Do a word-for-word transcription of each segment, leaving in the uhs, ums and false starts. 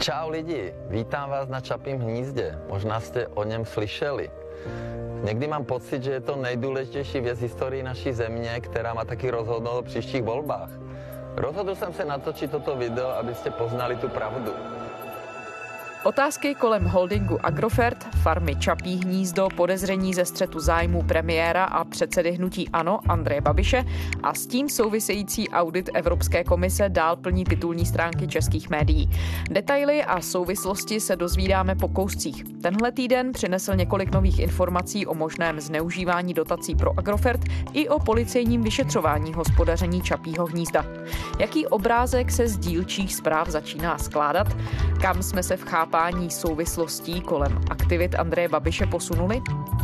Čau lidi, vítám vás na Čapím hnízdě. Možná jste o něm slyšeli. Někdy mám pocit, že je to nejdůležitější věc v historii naší země, která má taky rozhodnout o příštích volbách. Rozhodl jsem se natočit toto video, abyste poznali tu pravdu. Otázky kolem holdingu Agrofert, farmy Čapí hnízdo, podezření ze střetu zájmu premiéra a předsedy hnutí ANO Andreje Babiše a s tím související audit Evropské komise dál plní titulní stránky českých médií. Detaily a souvislosti se dozvídáme po kouscích. Tenhle týden přinesl několik nových informací o možném zneužívání dotací pro Agrofert i o policejním vyšetřování hospodaření Čapího hnízda. Jaký obrázek se z dílčích zpráv začíná skládat? Kam jsme se v chápání souvislostí kolem aktivit Andreje Babiše posunuli?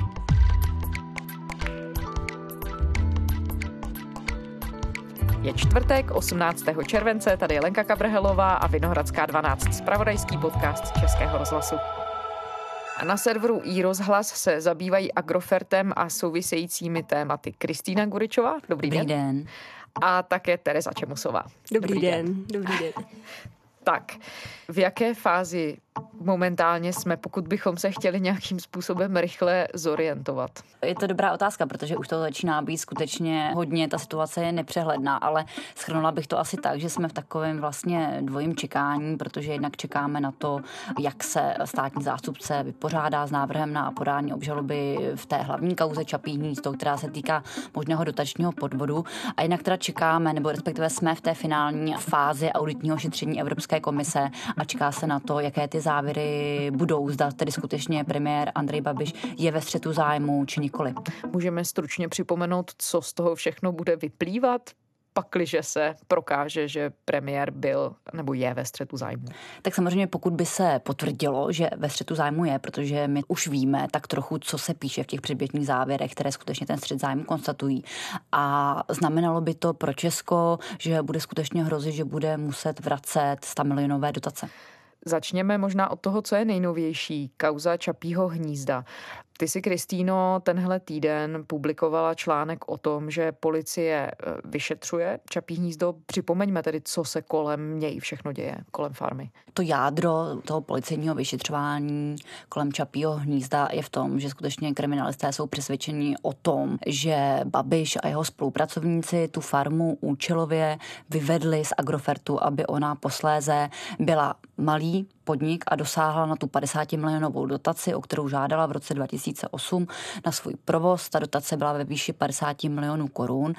Je čtvrtek, osmnáctého července, tady je Lenka Kabrhelová a Vinohradská dvanáct, zpravodajský podcast Českého rozhlasu. A na serveru iRozhlas se zabývají Agrofertem a souvisejícími tématy Kristýna Guričová. Dobrý, Dobrý den. den. A také Tereza Čemusová. Dobrý, Dobrý den. den. Dobrý den. Tak, v jaké fázi momentálně jsme, pokud bychom se chtěli nějakým způsobem rychle zorientovat? Je to dobrá otázka, protože už to začíná být skutečně hodně, ta situace je nepřehledná, ale shrnula bych to asi tak, že jsme v takovém vlastně dvojím čekání, protože jednak čekáme na to, jak se státní zástupce vypořádá s návrhem na podání obžaloby v té hlavní kauze Čapí hnízdo, která se týká možného dotačního podvodu, a jinak teda čekáme, nebo respektive jsme v té finální fázi auditního šetření Evropské komise a čeká se na to, jaké ty závěry budou, zda tedy skutečně premiér Andrej Babiš je ve střetu zájmu či nikoli. Můžeme stručně připomenout, co z toho všechno bude vyplývat, pakliže se prokáže, že premiér byl nebo je ve střetu zájmu? Tak samozřejmě pokud by se potvrdilo, že ve střetu zájmu je, protože my už víme tak trochu, co se píše v těch předběžných závěrech, které skutečně ten střet zájmu konstatují. A znamenalo by to pro Česko, že bude skutečně hrozit, že bude muset vracet stamilionové dotace. Začněme možná od toho, co je nejnovější, kauza Čapího hnízda. Ty si, Kristýno, tenhle týden publikovala článek o tom, že policie vyšetřuje Čapí hnízdo. Připomeňme tedy, co se kolem něj všechno děje, kolem farmy. To jádro toho policejního vyšetřování kolem Čapího hnízda je v tom, že skutečně kriminalisté jsou přesvědčeni o tom, že Babiš a jeho spolupracovníci tu farmu účelově vyvedli z Agrofertu, aby ona posléze byla malý podnik a dosáhla na tu padesátimilionovou dotaci, o kterou žádala v roce dva tisíce osm na svůj provoz. Ta dotace byla ve výši padesát milionů korun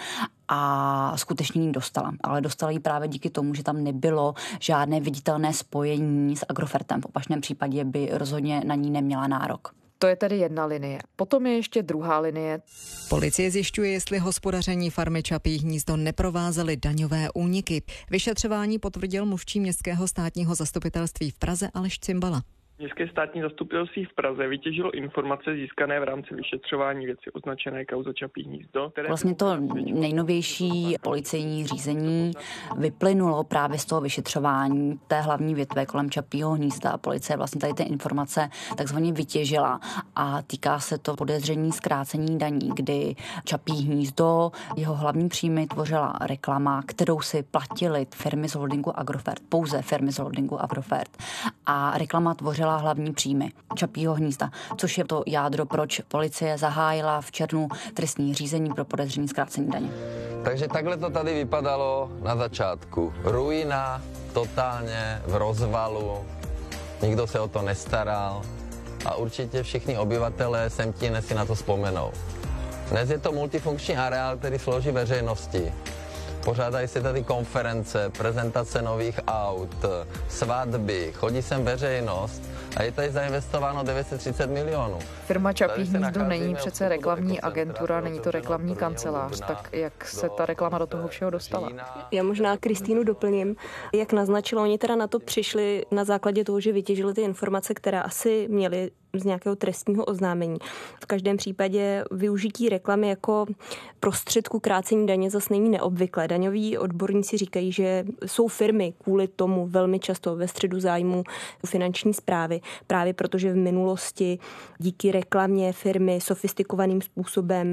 a skutečně ji dostala. Ale dostala ji právě díky tomu, že tam nebylo žádné viditelné spojení s Agrofertem. V opačném případě by rozhodně na ní neměla nárok. To je tedy jedna linie. Potom je ještě druhá linie. Policie zjišťuje, jestli hospodaření farmy Čapí hnízdo neprovázely daňové úniky. Vyšetřování potvrdil mluvčí Městského státního zastupitelství v Praze Aleš Cimbala. Městské státní zastupitelství v Praze vytěžilo informace získané v rámci vyšetřování věci označené kauza Čapí hnízdo. Které... Vlastně to nejnovější policejní řízení vyplynulo právě z toho vyšetřování té hlavní větve kolem Čapího hnízda a policie vlastně tady ty informace takzvaně vytěžila a týká se to podezření zkrácení daní, kdy Čapí hnízdo, jeho hlavní příjmy tvořila reklama, kterou si platily firmy z holdingu Agrofert, pouze firmy z holdingu Agrofert, a reklama tvořila hlavní příjmy Čapího hnízda, což je to jádro, proč policie zahájila v červnu trestní řízení pro podezření zkrácení daně. Takže takhle to tady vypadalo na začátku. Ruina, totálně v rozvalu, nikdo se o to nestaral a určitě všichni obyvatelé Semtíne si na to vzpomenou. Dnes je to multifunkční areál, který slouží veřejnosti. Pořádají se tady konference, prezentace nových aut, svatby, chodí sem veřejnost a je tady zainvestováno devět set třicet milionů. Firma Čapí hnízdo není přece reklamní agentura, není to reklamní kancelář, tak jak se ta reklama do toho všeho dostala? Já možná Kristýnu doplním. Jak naznačila, oni teda na to přišli na základě toho, že vytěžili ty informace, které asi měli z nějakého trestního oznámení. V každém případě využití reklamy jako prostředku krácení daně zase není neobvyklé. Daňoví odborníci říkají, že jsou firmy kvůli tomu velmi často ve středu zájmu finanční správy, právě protože v minulosti díky reklamě firmy sofistikovaným způsobem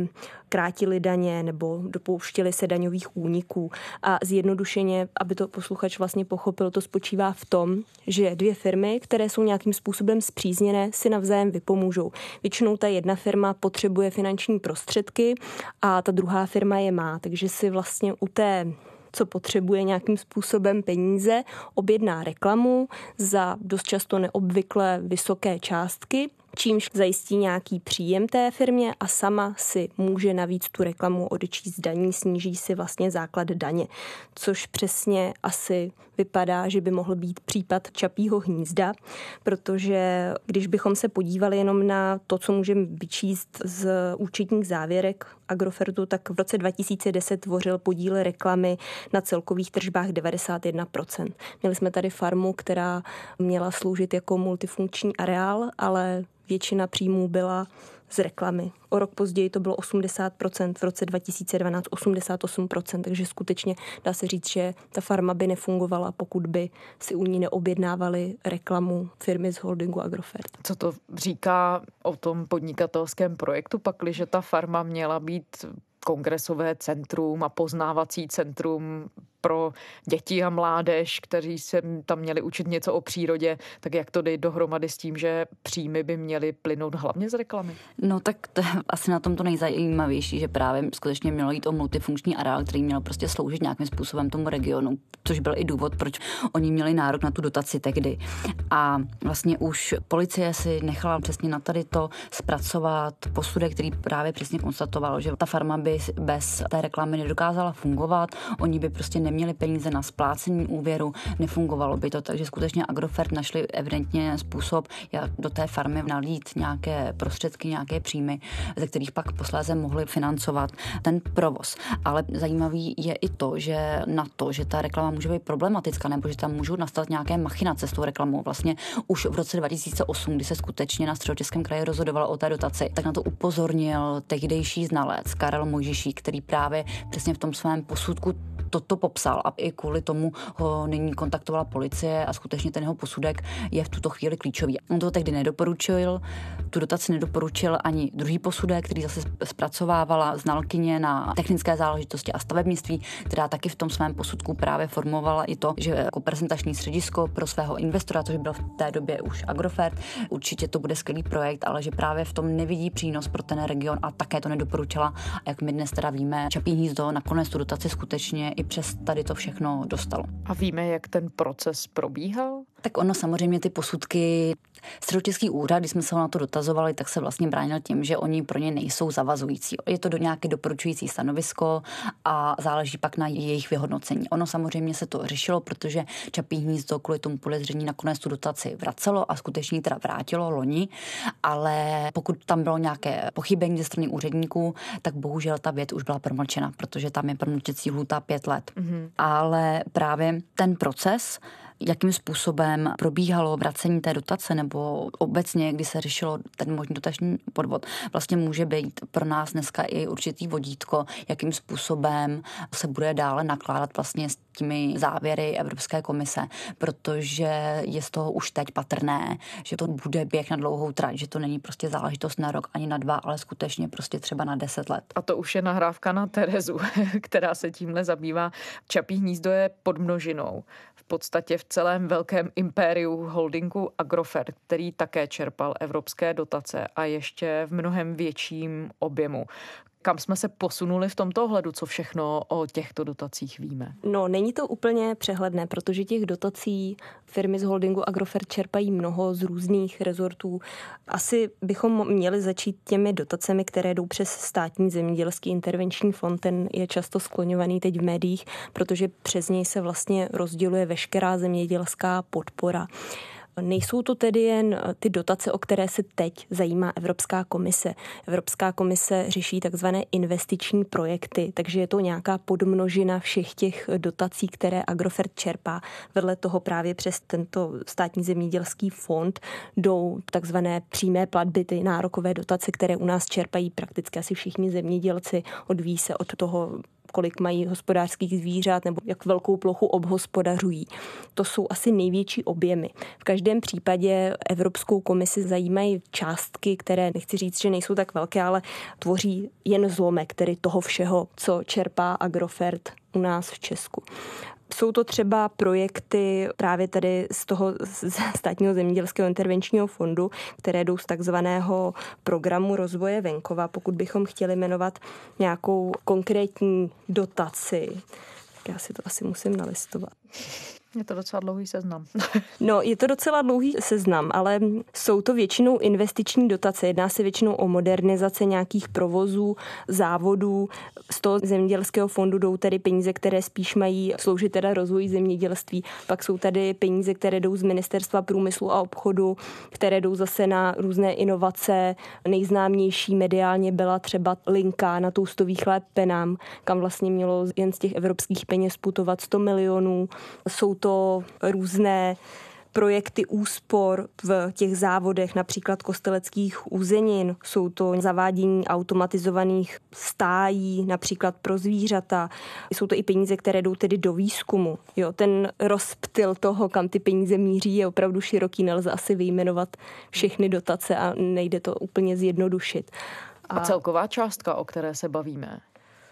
krátili daně nebo dopouštěli se daňových úniků. A zjednodušeně, aby to posluchač vlastně pochopil, to spočívá v tom, že dvě firmy, které jsou nějakým způsobem spřízněné, si navzájem vypomůžou. Většinou ta jedna firma potřebuje finanční prostředky a ta druhá firma je má, takže si vlastně u té, co potřebuje nějakým způsobem peníze, objedná reklamu za dost často neobvykle vysoké částky, čímž zajistí nějaký příjem té firmě a sama si může navíc tu reklamu odečíst daní, sníží si vlastně základ daně, což přesně asi vypadá, že by mohl být případ Čapího hnízda, protože když bychom se podívali jenom na to, co můžeme vyčíst z účetních závěrek Agrofertu, tak v roce dva tisíce deset tvořil podíl reklamy na celkových tržbách devadesát jedna procent. Měli jsme tady farmu, která měla sloužit jako multifunkční areál, ale většina příjmů byla z reklamy. O rok později to bylo osmdesát procent, v roce dva tisíce dvanáct osmdesát osm procent, takže skutečně dá se říct, že ta farma by nefungovala, pokud by si u ní neobjednávali reklamu firmy z holdingu Agrofert. Co to říká o tom podnikatelském projektu, pakliže ta farma měla být kongresové centrum a poznávací centrum pro děti a mládež, kteří se tam měli učit něco o přírodě, tak jak to dej dohromady s tím, že příjmy by měly plynout hlavně z reklamy? No tak to je asi na tom to nejzajímavější, že právě skutečně mělo jít o multifunkční areál, který měl prostě sloužit nějakým způsobem tomu regionu, což byl i důvod, proč oni měli nárok na tu dotaci tehdy. A vlastně už policie si nechala přesně na tady to zpracovat posudek, který právě přesně konstatoval, že ta farma by bez té reklamy nedokázala fungovat, oni by prostě neměli peníze na splácení úvěru, nefungovalo by to, takže skutečně Agrofert našli evidentně způsob, jak do té farmy nalít nějaké prostředky, nějaké příjmy, ze kterých pak posléze mohli financovat ten provoz. Ale zajímavý je i to, že na to, že ta reklama může být problematická, nebo že tam můžou nastat nějaké machinace s tou reklamou. Vlastně už v roce dva tisíce osm, kdy se skutečně na Středočeském kraji rozhodovalo o té dotaci, tak na to upozornil tehdejší znalec Karel Mojžišík, který právě přesně v tom svém posudku toto popsal a i kvůli tomu ho nyní kontaktovala policie a skutečně ten jeho posudek je v tuto chvíli klíčový. On to tehdy nedoporučil, tu dotaci nedoporučil ani druhý posudek, který zase zpracovávala znalkyně na technické záležitosti a stavebnictví, která taky v tom svém posudku právě formovala i to, že jako prezentační středisko pro svého investora, což byl v té době už Agrofert, určitě to bude skvělý projekt, ale že právě v tom nevidí přínos pro ten region a také to nedoporučila. A jak my dnes teda víme, Čapí hnízdo nakonec tu dotaci skutečně i přes tady to všechno dostalo. A víme, jak ten proces probíhal? Tak ono samozřejmě ty posudky, Středočeský úřad, když jsme se ho na to dotazovali, tak se vlastně bránil tím, že oni pro ně nejsou zavazující. Je to do nějaké doporučující stanovisko a záleží pak na jejich vyhodnocení. Ono samozřejmě se to řešilo, protože Čapí hnízdo kvůli tomu podezření nakonec tu dotaci vracelo a skutečně teda vrátilo loni, ale pokud tam bylo nějaké pochybení ze strany úředníků, tak bohužel ta věc už byla promlčena, protože tam je promlčecí lhůta pět let. Mm-hmm. Ale právě ten proces, jakým způsobem probíhalo vracení té dotace nebo obecně, kdy se řešilo ten možný dotační podvod, vlastně může být pro nás dneska i určitý vodítko, jakým způsobem se bude dále nakládat vlastně s těmi závěry Evropské komise, protože je z toho už teď patrné, že to bude běh na dlouhou trať, že to není prostě záležitost na rok ani na dva, ale skutečně prostě třeba na deset let. A to už je nahrávka na Terezu, která se tímhle zabývá. Čapí hnízdo je podmnožinou. V podstatě v celém velkém impériu holdingu Agrofert, který také čerpal evropské dotace a ještě v mnohem větším objemu. Kam jsme se posunuli v tomto ohledu, co všechno o těchto dotacích víme? No, není to úplně přehledné, protože těch dotací firmy z holdingu Agrofert čerpají mnoho z různých rezortů. Asi bychom měli začít těmi dotacemi, které jdou přes státní zemědělský intervenční fond. Ten je často skloňovaný teď v médiích, protože přes něj se vlastně rozděluje veškerá zemědělská podpora. Nejsou to tedy jen ty dotace, o které se teď zajímá Evropská komise. Evropská komise řeší takzvané investiční projekty, takže je to nějaká podmnožina všech těch dotací, které Agrofert čerpá. Vedle toho právě přes tento státní zemědělský fond jdou takzvané přímé platby, ty nárokové dotace, které u nás čerpají prakticky asi všichni zemědělci. Odvíjí se od toho, kolik mají hospodářských zvířat nebo jak velkou plochu obhospodařují. To jsou asi největší objemy. V každém případě Evropskou komisi zajímají částky, které nechci říct, že nejsou tak velké, ale tvoří jen zlomek, tedy toho všeho, co čerpá Agrofert u nás v Česku. Jsou to třeba projekty právě tady z toho státního zemědělského intervenčního fondu, které jdou z takzvaného programu rozvoje venkova. Pokud bychom chtěli jmenovat nějakou konkrétní dotaci, tak já si to asi musím nalistovat. Je to docela dlouhý seznam. No, je to docela dlouhý seznam, ale jsou to většinou investiční dotace. Jedná se většinou o modernizace nějakých provozů, závodů. Z toho zemědělského fondu jdou tedy peníze, které spíš mají sloužit teda rozvoji zemědělství. Pak jsou tady peníze, které jdou z Ministerstva průmyslu a obchodu, které jdou zase na různé inovace. Nejznámější mediálně byla třeba linka na toustový chléb Penam, kam vlastně mělo jen z těch evropských peněz putovat sto milionů. Jsou to různé projekty úspor v těch závodech, například kosteleckých uzenin. Jsou to zavádění automatizovaných stájí, například pro zvířata. Jsou to i peníze, které jdou tedy do výzkumu. Jo, ten rozptyl toho, kam ty peníze míří, je opravdu široký. Nelze asi vyjmenovat všechny dotace a nejde to úplně zjednodušit. A, a celková částka, o které se bavíme?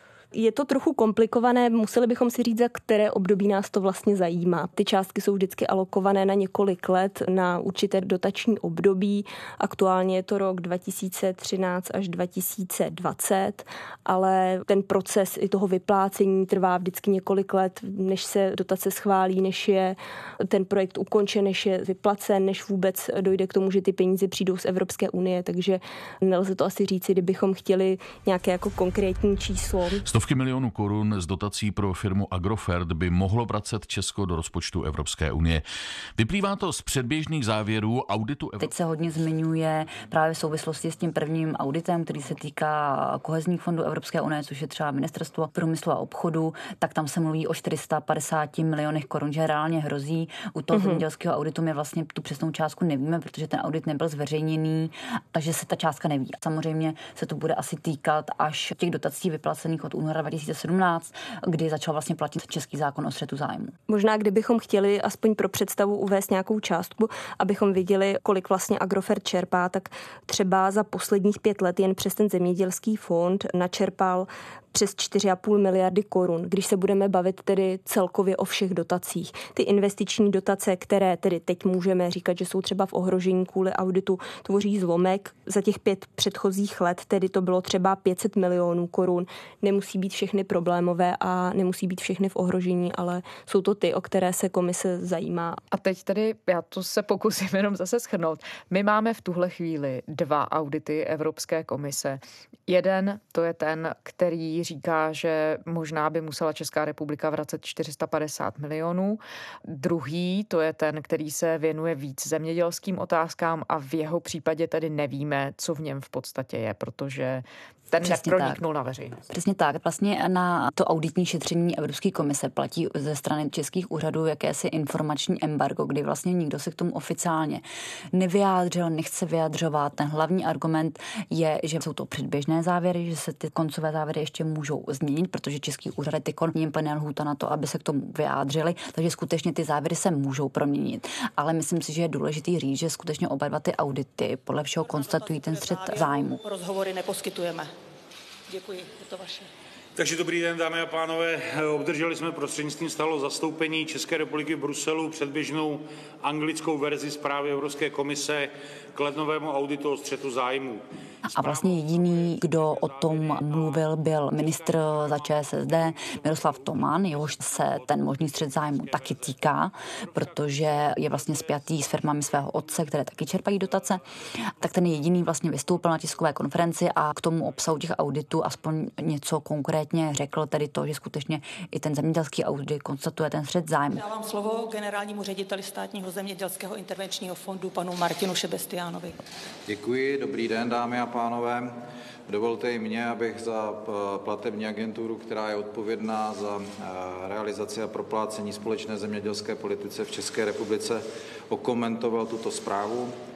Je to trochu komplikované, museli bychom si říct, za které období nás to vlastně zajímá. Ty částky jsou vždycky alokované na několik let, na určité dotační období. Aktuálně je to rok dva tisíce třináct až dva tisíce dvacet, ale ten proces i toho vyplácení trvá vždycky několik let, než se dotace schválí, než je ten projekt ukončen, než je vyplacen, než vůbec dojde k tomu, že ty peníze přijdou z Evropské unie, takže nelze to asi říci, kdybychom chtěli nějaké jako konkrétní číslo. Stovky milionů korun z dotací pro firmu Agrofert by mohlo vracet Česko do rozpočtu Evropské unie. Vyplývá to z předběžných závěrů auditu. Teď se hodně zmiňuje právě v souvislosti s tím prvním auditem, který se týká kohezních fondů Evropské unie, což je třeba Ministerstvo průmyslu a obchodu, tak tam se mluví o čtyři sta padesát milionech korun, že reálně hrozí. U toho mm-hmm. zemědělského auditu my vlastně tu přesnou částku nevíme, protože ten audit nebyl zveřejněný, takže se ta částka neví. Samozřejmě se to bude asi týkat až těch dotací vyplacených od února dva tisíce sedmnáct, kdy začal vlastně platit český zákon o střetu zájmu. Možná, kdybychom chtěli aspoň pro představu uvést nějakou částku, abychom viděli, kolik vlastně Agrofert čerpá, tak třeba za posledních pět let jen přes ten zemědělský fond načerpal přes čtyři a půl miliardy korun, když se budeme bavit tedy celkově o všech dotacích. Ty investiční dotace, které tedy teď můžeme říkat, že jsou třeba v ohrožení kvůli auditu, tvoří zlomek. Za těch pět předchozích let tedy to bylo třeba pět set milionů korun. Nemusí být všechny problémové a nemusí být všechny v ohrožení, ale jsou to ty, o které se komise zajímá. A teď tedy, já to se pokusím jenom zase shrnout. My máme v tuhle chvíli dva audity Evropské komise. Jeden, to je ten, který říká, že možná by musela Česká republika vracet čtyři sta padesát milionů. Druhý, to je ten, který se věnuje víc zemědělským otázkám a v jeho případě tedy nevíme, co v něm v podstatě je, protože ten neproniknul na veřejnost. Přesně tak. Vlastně na to auditní šetření Evropské komise platí ze strany českých úřadů jakési informační embargo, kdy vlastně nikdo se k tomu oficiálně nevyjádřil, nechce vyjadřovat. Ten hlavní argument je, že jsou to předběžné závěry, že se ty koncové závěry ještě můžou změnit, protože český úřady ty jim plně lhůta na to, aby se k tomu vyjádřili, takže skutečně ty závěry se můžou proměnit. Ale myslím si, že je důležitý říct, že skutečně oba dva ty audity podle všeho konstatují ten střet zájmu. Rozhovory neposkytujeme. Děkuji, je to vaše. Takže dobrý den, dámy a pánové. Obdrželi jsme prostřednictvím stálého zastoupení České republiky v Bruselu předběžnou anglickou verzi zprávy Evropské komise k lednovému auditu o střetu zájmů. A vlastně jediný, kdo o tom mluvil, byl ministr za ČSSD Miroslav Toman, jehož se ten možný střet zájmu taky týká, protože je vlastně spjatý s firmami svého otce, které taky čerpají dotace. Tak ten jediný vlastně vystoupil na tiskové konferenci a k tomu obsahu těch auditů aspoň něco konkrétně řekl, tedy to, že skutečně i ten zemědělský audit konstatuje ten střet zájmu. Dávám slovo generálnímu řediteli státního zemědělského intervenčního fondu panu Martinu Šebestiánovi. Děkuji, dobrý den, dámy a pánové. Dovolte i mě, abych za platební agenturu, která je odpovědná za realizaci a proplácení společné zemědělské politice v České republice, okomentoval tuto zprávu.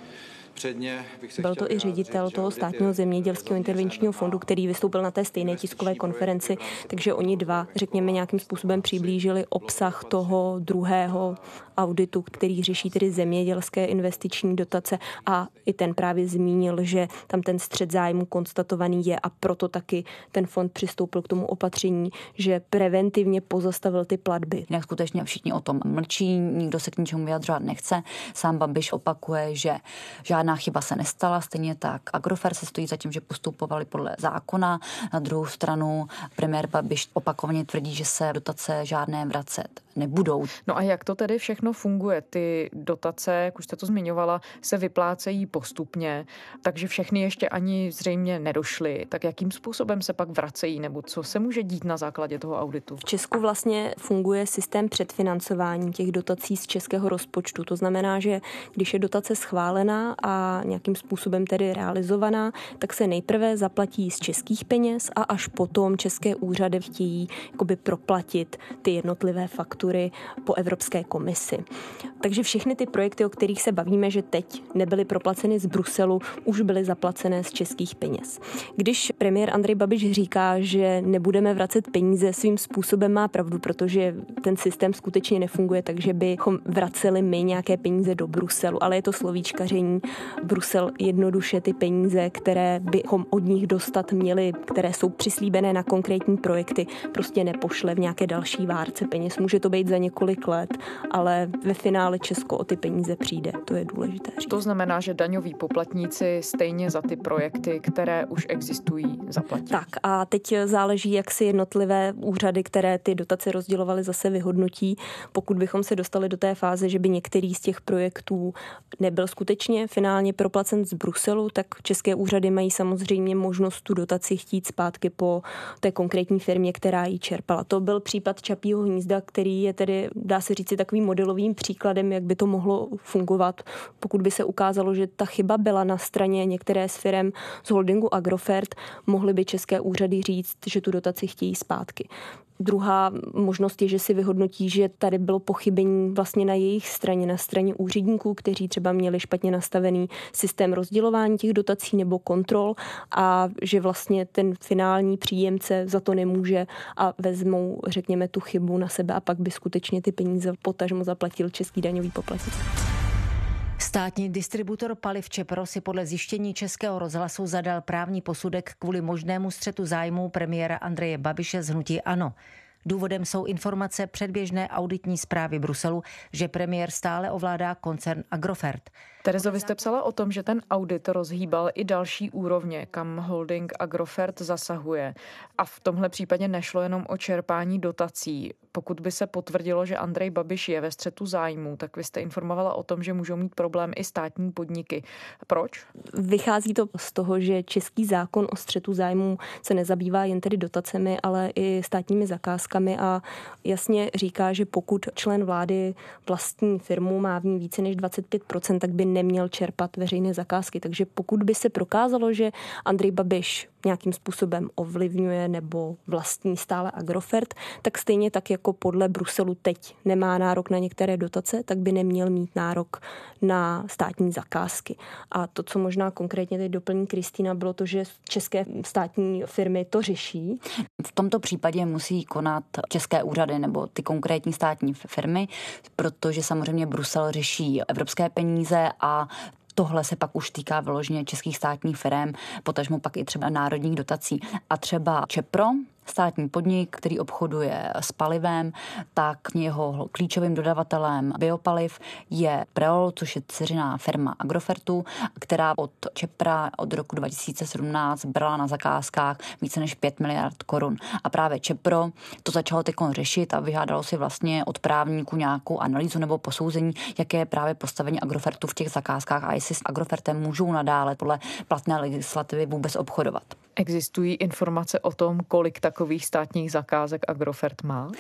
Předně bych se Byl to i ředitel toho státního zemědělského intervenčního fondu, který vystoupil na té stejné tiskové konferenci, takže oni dva, řekněme, nějakým způsobem přiblížili obsah toho druhého auditu, který řeší tedy zemědělské investiční dotace, a i ten právě zmínil, že tam ten střet zájmu konstatovaný je a proto taky ten fond přistoupil k tomu opatření, že preventivně pozastavil ty platby. Jinak skutečně všichni o tom mlčí, nikdo se k ničemu vyjadřovat nechce. Sám Babiš opakuje, že žádná chyba se nestala, stejně tak Agrofert se stojí za tím, že postupovali podle zákona. Na druhou stranu premiér Babiš opakovaně tvrdí, že se dotace žádné vracet nebudou. No a jak to tedy všechno funguje? Ty dotace, jak už jste to zmiňovala, se vyplácejí postupně, takže všechny ještě ani zřejmě nedošly. Tak jakým způsobem se pak vracejí, nebo co se může dít na základě toho auditu? V Česku vlastně funguje systém předfinancování těch dotací z českého rozpočtu. To znamená, že když je dotace schválená a nějakým způsobem tedy realizovaná, tak se nejprve zaplatí z českých peněz a až potom české úřady chtějí jakoby proplatit ty jednotlivé faktury po Evropské komisi. Takže všechny ty projekty, o kterých se bavíme, že teď nebyly proplaceny z Bruselu, už byly zaplacené z českých peněz. Když premiér Andrej Babiš říká, že nebudeme vracet peníze, svým způsobem má pravdu, protože ten systém skutečně nefunguje, takže bychom vraceli my nějaké peníze do Bruselu, ale je to slovíčkaření. Brusel jednoduše ty peníze, které bychom od nich dostat měli, které jsou přislíbené na konkrétní projekty, prostě nepošle v nějaké další várce peněz. Může to být za několik let, ale ve finále Česko o ty peníze přijde. To je důležité říct. To znamená, že daňoví poplatníci stejně za ty projekty, které už existují, zaplatí. Tak a teď záleží, jak si jednotlivé úřady, které ty dotace rozdělovaly, zase vyhodnotí. Pokud bychom se dostali do té fáze, že by některý z těch projektů nebyl skutečně finálně proplacen z Bruselu, tak české úřady mají samozřejmě možnost tu dotaci chtít zpátky po té konkrétní firmě, která ji čerpala. To byl případ Čapího hnízda, který je tedy, dá se říct, takovým modelovým příkladem, jak by to mohlo fungovat, pokud by se ukázalo, že ta chyba byla na straně některé z firem z holdingu Agrofert, mohly by české úřady říct, že tu dotaci chtějí zpátky. Druhá možnost je, že si vyhodnotí, že tady bylo pochybení vlastně na jejich straně, na straně úředníků, kteří třeba měli špatně nastavený systém rozdělování těch dotací nebo kontrol a že vlastně ten finální příjemce za to nemůže a vezmou, řekněme, tu chybu na sebe a pak by skutečně ty peníze potažmo zaplatil český daňový poplatník. Státní distributor paliv Čepro si podle zjištění Českého rozhlasu zadal právní posudek kvůli možnému střetu zájmů premiéra Andreje Babiše z hnutí ANO. Důvodem jsou informace předběžné auditní zprávy Bruselu, že premiér stále ovládá koncern Agrofert. Terezo, vy jste psala o tom, že ten audit rozhýbal i další úrovně, kam holding Agrofert zasahuje. A v tomhle případě nešlo jenom o čerpání dotací. Pokud by se potvrdilo, že Andrej Babiš je ve střetu zájmů, tak vy jste informovala o tom, že můžou mít problém i státní podniky. Proč? Vychází to z toho, že český zákon o střetu zájmů se nezabývá jen tedy dotacemi, ale i státními zakázkami a jasně říká, že pokud člen vlády vlastní firmu, má v ní více než dvacet pět procent, tak by neměl čerpat veřejné zakázky. Takže pokud by se prokázalo, že Andrej Babiš nějakým způsobem ovlivňuje nebo vlastní stále Agrofert, tak stejně tak jako podle Bruselu teď nemá nárok na některé dotace, tak by neměl mít nárok na státní zakázky. A to, co možná konkrétně teď doplní Kristýna, bylo to, že české státní firmy to řeší. V tomto případě musí konat české úřady nebo ty konkrétní státní firmy, protože samozřejmě Brusel řeší evropské peníze a tohle se pak už týká vyloženě českých státních firem, potažmo pak i třeba národních dotací. A třeba Čepro, státní podnik, který obchoduje s palivem, tak jeho klíčovým dodavatelem biopaliv je Preol, což je dceřiná firma Agrofertu, která od Čepra od roku dva tisíce sedmnáct brala na zakázkách více než pět miliard korun. A právě Čepro to začalo teď řešit a vyžádalo si vlastně od právníků nějakou analýzu nebo posouzení, jaké je právě postavení Agrofertu v těch zakázkách a jestli s Agrofertem můžou nadále podle platné legislativy vůbec obchodovat. Existují informace o tom, kolik takových státních zakázek Agrofert má?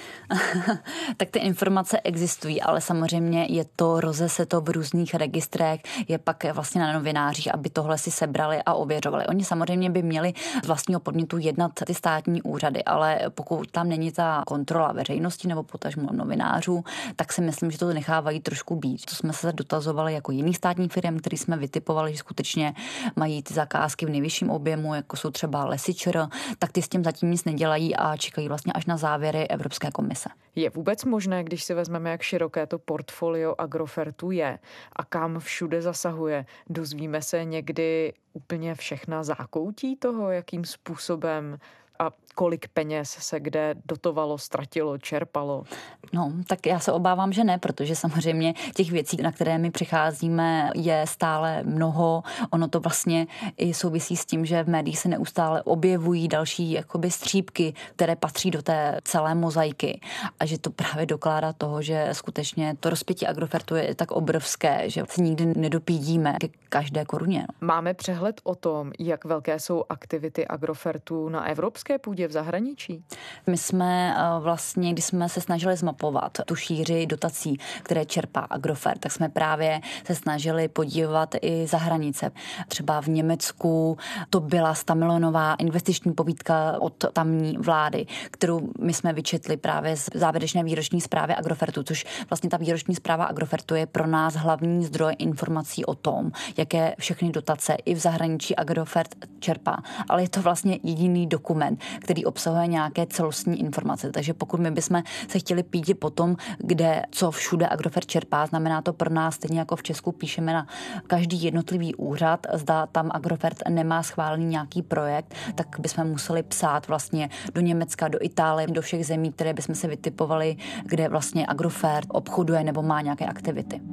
Tak ty informace existují, ale samozřejmě je to, rozese to v různých registrech, je pak vlastně na novinářích, aby tohle si sebrali a ověřovali. Oni samozřejmě by měli z vlastního podnětu jednat ty státní úřady, ale pokud tam není ta kontrola veřejnosti nebo potažmo novinářů, tak si myslím, že to nechávají trošku být. To jsme se dotazovali jako jiných státních firm, který jsme vytipovali, že skutečně mají ty zakázky v nejvyšším objemu, jako jsou třeba Lesy ČR, tak ty s tím zatím nic nedělají a čekají vlastně až na závěry Evropské komise. Je vůbec možné, když si vezmeme, jak široké to portfolio Agrofertu je a kam všude zasahuje, dozvíme se někdy úplně všechna zákoutí toho, jakým způsobem a kolik peněz se kde dotovalo, ztratilo, čerpalo? No, tak já se obávám, že ne, protože samozřejmě těch věcí, na které my přicházíme, je stále mnoho. Ono to vlastně i souvisí s tím, že v médiích se neustále objevují další jakoby střípky, které patří do té celé mozaiky. A že to právě dokládá toho, že skutečně to rozpětí Agrofertu je tak obrovské, že se nikdy nedopídíme ke každé koruně. No. Máme přehled o tom, jak velké jsou aktivity Agrofertu na evropské půdě v zahraničí? My jsme vlastně, když jsme se snažili zmapovat tu šíři dotací, které čerpá Agrofert, tak jsme právě se snažili podívat i za hranice. Třeba v Německu to byla stamilionová investiční pobídka od tamní vlády, kterou my jsme vyčetli právě z závěrečné výroční zprávy Agrofertu, což vlastně ta výroční zpráva Agrofertu je pro nás hlavní zdroj informací o tom, jaké všechny dotace i v zahraničí Agrofert čerpá. Ale je to vlastně jediný dokument, který obsahuje nějaké celostní informace. Takže pokud my bychom se chtěli pídit po tom, kde co všude Agrofert čerpá, znamená to pro nás, stejně jako v Česku píšeme na každý jednotlivý úřad, zda tam Agrofert nemá schválený nějaký projekt, tak bychom museli psát vlastně do Německa, do Itálie, do všech zemí, které bychom se vytipovali, kde vlastně Agrofert obchoduje nebo má nějaké aktivity.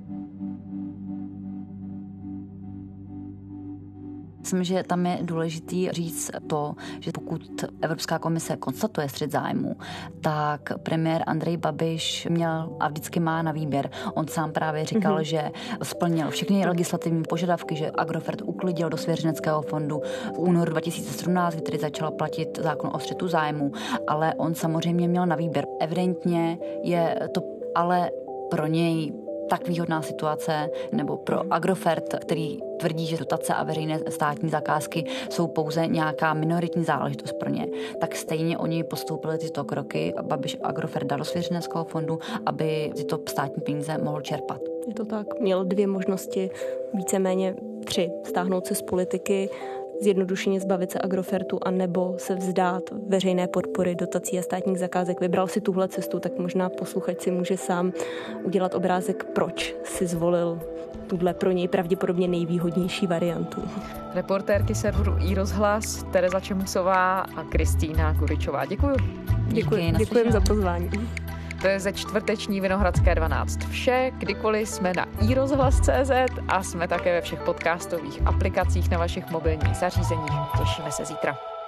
Myslím, že tam je důležitý říct to, že pokud Evropská komise konstatuje střet zájmu, tak premiér Andrej Babiš měl a vždycky má na výběr. On sám právě říkal, mm-hmm. že splnil všechny legislativní požadavky, že Agrofert uklidil do svěřeneckého fondu v únoru dva tisíce sedmnáct, kdy začala platit zákon o střetu zájmu, ale on samozřejmě měl na výběr. Evidentně je to ale pro něj tak výhodná situace, nebo pro Agrofert, který tvrdí, že dotace a veřejné státní zakázky jsou pouze nějaká minoritní záležitost pro ně, tak stejně oni postoupili tyto kroky a Babiš Agrofert dal do svěřeneckého fondu, aby tyto státní peníze mohl čerpat. Je to tak. Měl dvě možnosti, víceméně tři. Stáhnout se z politiky, zjednodušeně zbavit se Agrofertu a nebo se vzdát veřejné podpory, dotací a státních zakázek. Vybral si tuhle cestu, tak možná posluchač si může sám udělat obrázek, proč si zvolil tuhle pro něj pravděpodobně nejvýhodnější variantu. Reportérky serveru iRozhlas Tereza Čemusová a Kristýna Kuričová. Děkuju. Děkuji. Děkujem za pozvání. To je ze čtvrteční Vinohradské dvanáct vše. Kdykoliv jsme na iRozhlas tečka cé zet a jsme také ve všech podcastových aplikacích na vašich mobilních zařízeních. Těšíme se zítra.